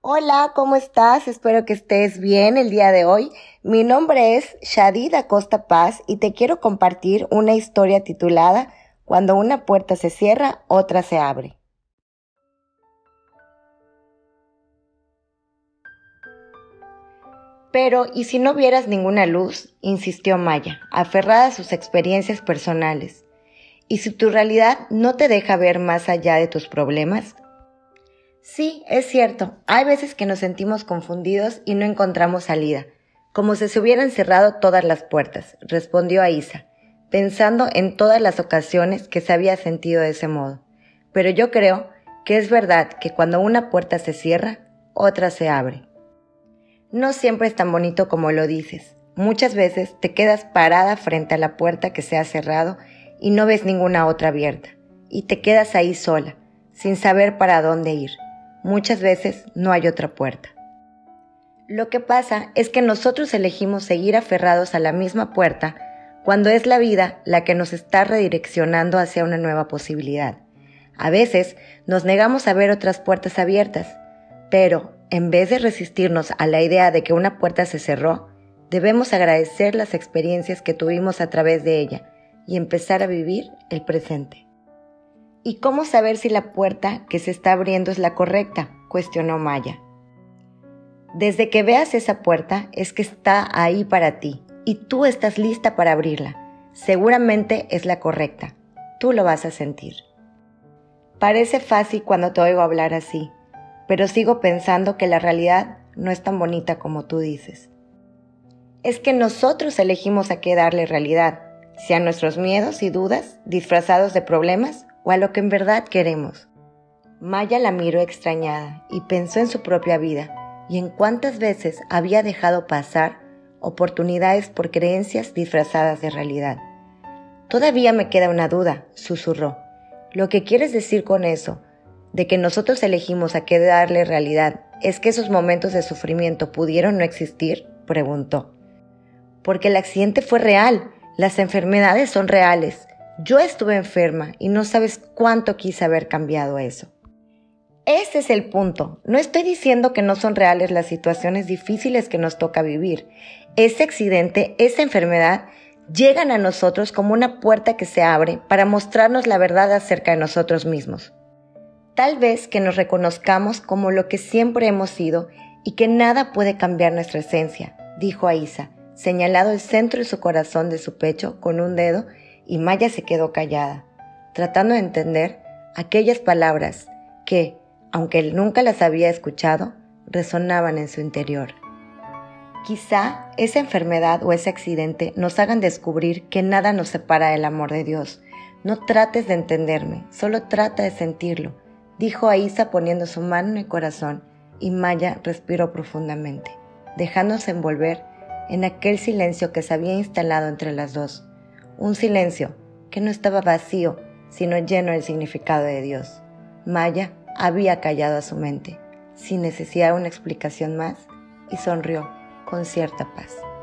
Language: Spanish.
Hola, ¿cómo estás? Espero que estés bien el día de hoy. Mi nombre es Shadid Acosta Paz y te quiero compartir una historia titulada Cuando una puerta se cierra, otra se abre. Pero, ¿y si no vieras ninguna luz? Insistió Maya, aferrada a sus experiencias personales. ¿Y si tu realidad no te deja ver más allá de tus problemas? Sí, es cierto, hay veces que nos sentimos confundidos y no encontramos salida, como si se hubieran cerrado todas las puertas, respondió Aisa, pensando en todas las ocasiones que se había sentido de ese modo. Pero yo creo que es verdad que cuando una puerta se cierra, otra se abre. No siempre es tan bonito como lo dices. Muchas veces te quedas parada frente a la puerta que se ha cerrado y no ves ninguna otra abierta, y te quedas ahí sola, sin saber para dónde ir. Muchas veces no hay otra puerta. Lo que pasa es que nosotros elegimos seguir aferrados a la misma puerta cuando es la vida la que nos está redireccionando hacia una nueva posibilidad. A veces nos negamos a ver otras puertas abiertas, pero en vez de resistirnos a la idea de que una puerta se cerró, debemos agradecer las experiencias que tuvimos a través de ella y empezar a vivir el presente. ¿Y cómo saber si la puerta que se está abriendo es la correcta?, cuestionó Maya. Desde que veas esa puerta es que está ahí para ti y tú estás lista para abrirla. Seguramente es la correcta. Tú lo vas a sentir. Parece fácil cuando te oigo hablar así, pero sigo pensando que la realidad no es tan bonita como tú dices. Es que nosotros elegimos a qué darle realidad, si a nuestros miedos y dudas disfrazados de problemas o a lo que en verdad queremos. Maya la miró extrañada y pensó en su propia vida y en cuántas veces había dejado pasar oportunidades por creencias disfrazadas de realidad. Todavía me queda una duda, susurró. ¿Lo que quieres decir con eso, de que nosotros elegimos a qué darle realidad, es que esos momentos de sufrimiento pudieron no existir?, preguntó. Porque el accidente fue real, las enfermedades son reales. Yo estuve enferma y no sabes cuánto quise haber cambiado eso. Ese es el punto. No estoy diciendo que no son reales las situaciones difíciles que nos toca vivir. Ese accidente, esa enfermedad, llegan a nosotros como una puerta que se abre para mostrarnos la verdad acerca de nosotros mismos. Tal vez que nos reconozcamos como lo que siempre hemos sido y que nada puede cambiar nuestra esencia, dijo Aisa, señalado el centro de su corazón de su pecho con un dedo, y Maya se quedó callada, tratando de entender aquellas palabras que, aunque él nunca las había escuchado, resonaban en su interior. Quizá esa enfermedad o ese accidente nos hagan descubrir que nada nos separa del amor de Dios. No trates de entenderme, solo trata de sentirlo, dijo Aisa poniendo su mano en el corazón, y Maya respiró profundamente, dejándose envolver en aquel silencio que se había instalado entre las dos. Un silencio que no estaba vacío, sino lleno del significado de Dios. Maya había callado a su mente, sin necesidad de una explicación más, y sonrió con cierta paz.